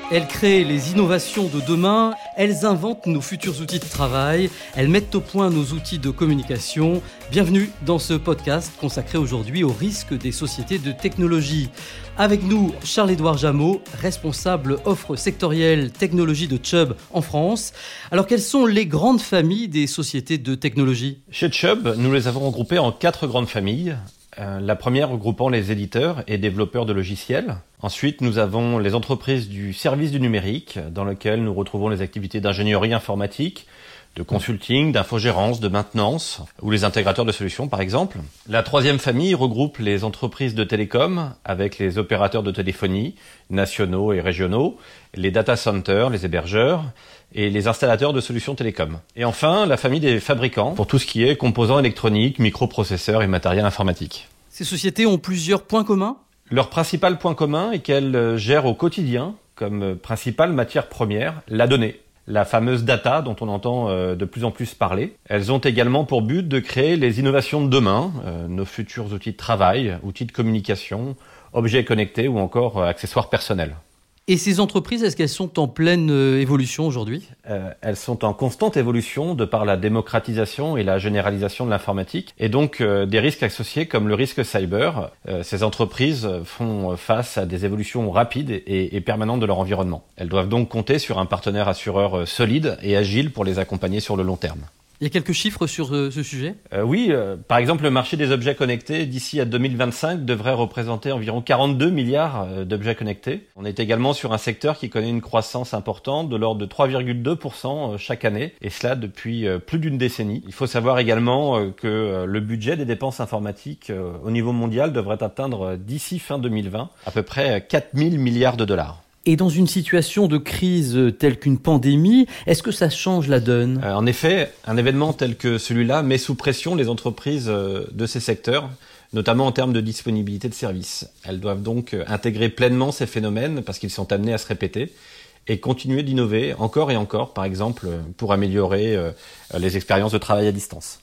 Elles créent les innovations de demain, elles inventent nos futurs outils de travail, elles mettent au point nos outils de communication. Bienvenue dans ce podcast consacré aujourd'hui aux risques des sociétés de technologie. Avec nous, Charles-Édouard Jameau, responsable offre sectorielle technologie de Chubb en France. Alors, quelles sont les grandes familles des sociétés de technologie ? Chez Chubb, nous les avons regroupées en 4 grandes familles. La première regroupant les éditeurs et développeurs de logiciels. Ensuite, nous avons les entreprises du service du numérique, dans lesquelles nous retrouvons les activités d'ingénierie informatique, de consulting, d'infogérance, de maintenance, ou les intégrateurs de solutions par exemple. La troisième famille regroupe les entreprises de télécom, avec les opérateurs de téléphonie, nationaux et régionaux, les data centers, les hébergeurs, et les installateurs de solutions télécom. Et enfin, la famille des fabricants, pour tout ce qui est composants électroniques, microprocesseurs et matériel informatique. Ces sociétés ont plusieurs points communs ? Leur principal point commun est qu'elles gèrent au quotidien, comme principale matière première, la donnée. La fameuse data dont on entend de plus en plus parler. Elles ont également pour but de créer les innovations de demain, nos futurs outils de travail, outils de communication, objets connectés ou encore accessoires personnels. Et ces entreprises, est-ce qu'elles sont en pleine évolution aujourd'hui ? Elles sont en constante évolution de par la démocratisation et la généralisation de l'informatique et donc des risques associés comme le risque cyber. Ces entreprises font face à des évolutions rapides et permanentes de leur environnement. Elles doivent donc compter sur un partenaire assureur solide et agile pour les accompagner sur le long terme. Il y a quelques chiffres sur ce sujet ? Oui, par exemple, le marché des objets connectés d'ici à 2025 devrait représenter environ 42 milliards d'objets connectés. On est également sur un secteur qui connaît une croissance importante de l'ordre de 3,2% chaque année, et cela depuis plus d'une décennie. Il faut savoir également que le budget des dépenses informatiques au niveau mondial devrait atteindre d'ici fin 2020 à peu près 4 000 milliards de dollars. Et dans une situation de crise telle qu'une pandémie, est-ce que ça change la donne ? En effet, un événement tel que celui-là met sous pression les entreprises de ces secteurs, notamment en termes de disponibilité de services. Elles doivent donc intégrer pleinement ces phénomènes parce qu'ils sont amenés à se répéter et continuer d'innover encore et encore, par exemple, pour améliorer les expériences de travail à distance.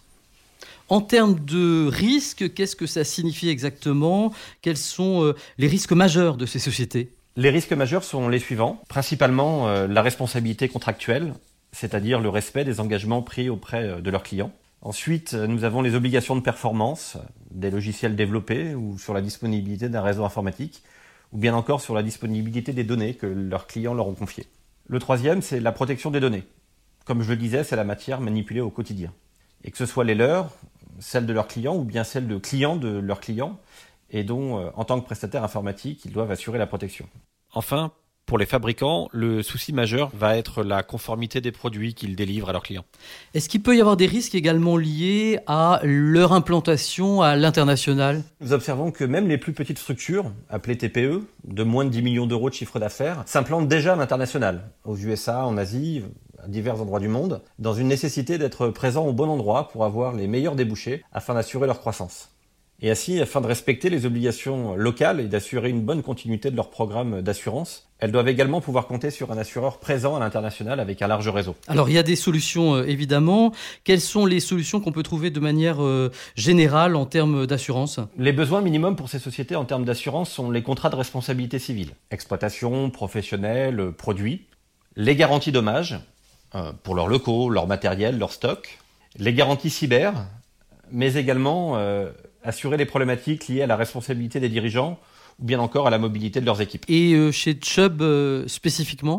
En termes de risques, qu'est-ce que ça signifie exactement ? Quels sont les risques majeurs de ces sociétés ? Les risques majeurs sont les suivants. Principalement, la responsabilité contractuelle, c'est-à-dire le respect des engagements pris auprès de leurs clients. Ensuite, nous avons les obligations de performance des logiciels développés ou sur la disponibilité d'un réseau informatique, ou bien encore sur la disponibilité des données que leurs clients leur ont confiées. Le troisième, c'est la protection des données. Comme je le disais, c'est la matière manipulée au quotidien. Et que ce soit les leurs, celles de leurs clients ou bien celles de clients de leurs clients, et dont, en tant que prestataire informatique, ils doivent assurer la protection. Enfin, pour les fabricants, le souci majeur va être la conformité des produits qu'ils délivrent à leurs clients. Est-ce qu'il peut y avoir des risques également liés à leur implantation à l'international ? Nous observons que même les plus petites structures, appelées TPE, de moins de 10 millions d'euros de chiffre d'affaires, s'implantent déjà à l'international, aux USA, en Asie, à divers endroits du monde, dans une nécessité d'être présents au bon endroit pour avoir les meilleurs débouchés afin d'assurer leur croissance. Et ainsi, afin de respecter les obligations locales et d'assurer une bonne continuité de leur programme d'assurance, elles doivent également pouvoir compter sur un assureur présent à l'international avec un large réseau. Alors, il y a des solutions, évidemment. Quelles sont les solutions qu'on peut trouver de manière générale en termes d'assurance ? Les besoins minimums pour ces sociétés en termes d'assurance sont les contrats de responsabilité civile, exploitation, professionnelle, produits, les garanties dommages pour leurs locaux, leur matériel, leur stock, les garanties cyber, mais également assurer les problématiques liées à la responsabilité des dirigeants ou bien encore à la mobilité de leurs équipes. Et chez Chubb spécifiquement ?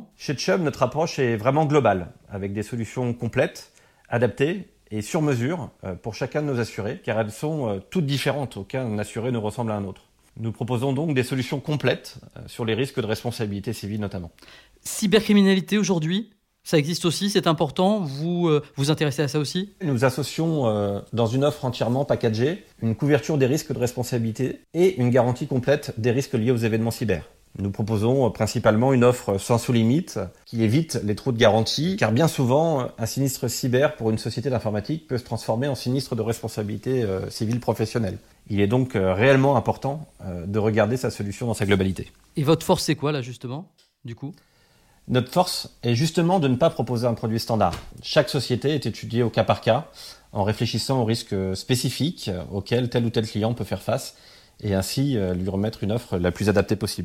Chez Chubb, notre approche est vraiment globale, avec des solutions complètes, adaptées et sur mesure pour chacun de nos assurés, car elles sont toutes différentes, aucun assuré ne ressemble à un autre. Nous proposons donc des solutions complètes sur les risques de responsabilité civile notamment. Cybercriminalité aujourd'hui ? Ça existe aussi, c'est important. Vous vous intéressez à ça aussi ? Nous associons dans une offre entièrement packagée une couverture des risques de responsabilité et une garantie complète des risques liés aux événements cyber. Nous proposons principalement une offre sans sous-limite qui évite les trous de garantie, car bien souvent, un sinistre cyber pour une société d'informatique peut se transformer en sinistre de responsabilité civile professionnelle. Il est donc réellement important de regarder sa solution dans sa globalité. Et votre force, c'est quoi là justement, du coup ? Notre force est justement de ne pas proposer un produit standard. Chaque société est étudiée au cas par cas, en réfléchissant aux risques spécifiques auxquels tel ou tel client peut faire face, et ainsi lui remettre une offre la plus adaptée possible.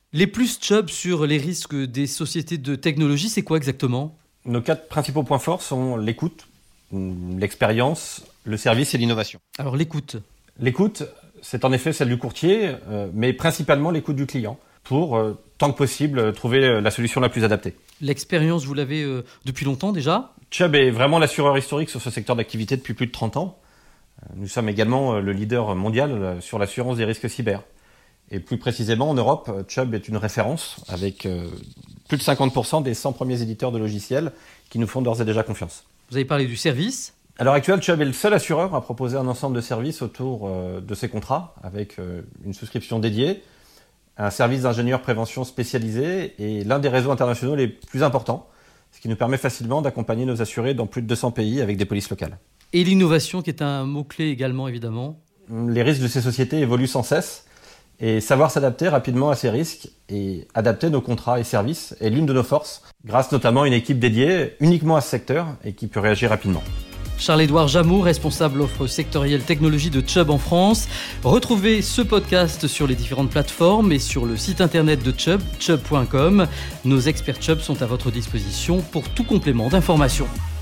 Les plus Chubb sur les risques des sociétés de technologie, c'est quoi exactement ? Nos 4 principaux points forts sont l'écoute, l'expérience, le service et l'innovation. Alors l'écoute. L'écoute, c'est en effet celle du courtier, mais principalement l'écoute du client pour, tant que possible, trouver la solution la plus adaptée. L'expérience, vous l'avez depuis longtemps déjà ? Chubb est vraiment l'assureur historique sur ce secteur d'activité depuis plus de 30 ans. Nous sommes également le leader mondial sur l'assurance des risques cyber. Et plus précisément, en Europe, Chubb est une référence avec plus de 50% des 100 premiers éditeurs de logiciels qui nous font d'ores et déjà confiance. Vous avez parlé du service. À l'heure actuelle, Chubb est le seul assureur à proposer un ensemble de services autour de ses contrats, avec une souscription dédiée, un service d'ingénieur prévention spécialisé et l'un des réseaux internationaux les plus importants, ce qui nous permet facilement d'accompagner nos assurés dans plus de 200 pays avec des polices locales. Et l'innovation qui est un mot-clé également, évidemment. Les risques de ces sociétés évoluent sans cesse. Et savoir s'adapter rapidement à ces risques et adapter nos contrats et services est l'une de nos forces, grâce notamment à une équipe dédiée uniquement à ce secteur et qui peut réagir rapidement. Charles-Édouard Jameau, responsable offre sectorielle technologie de Chubb en France. Retrouvez ce podcast sur les différentes plateformes et sur le site internet de Chubb, chubb.com. Nos experts Chubb sont à votre disposition pour tout complément d'information.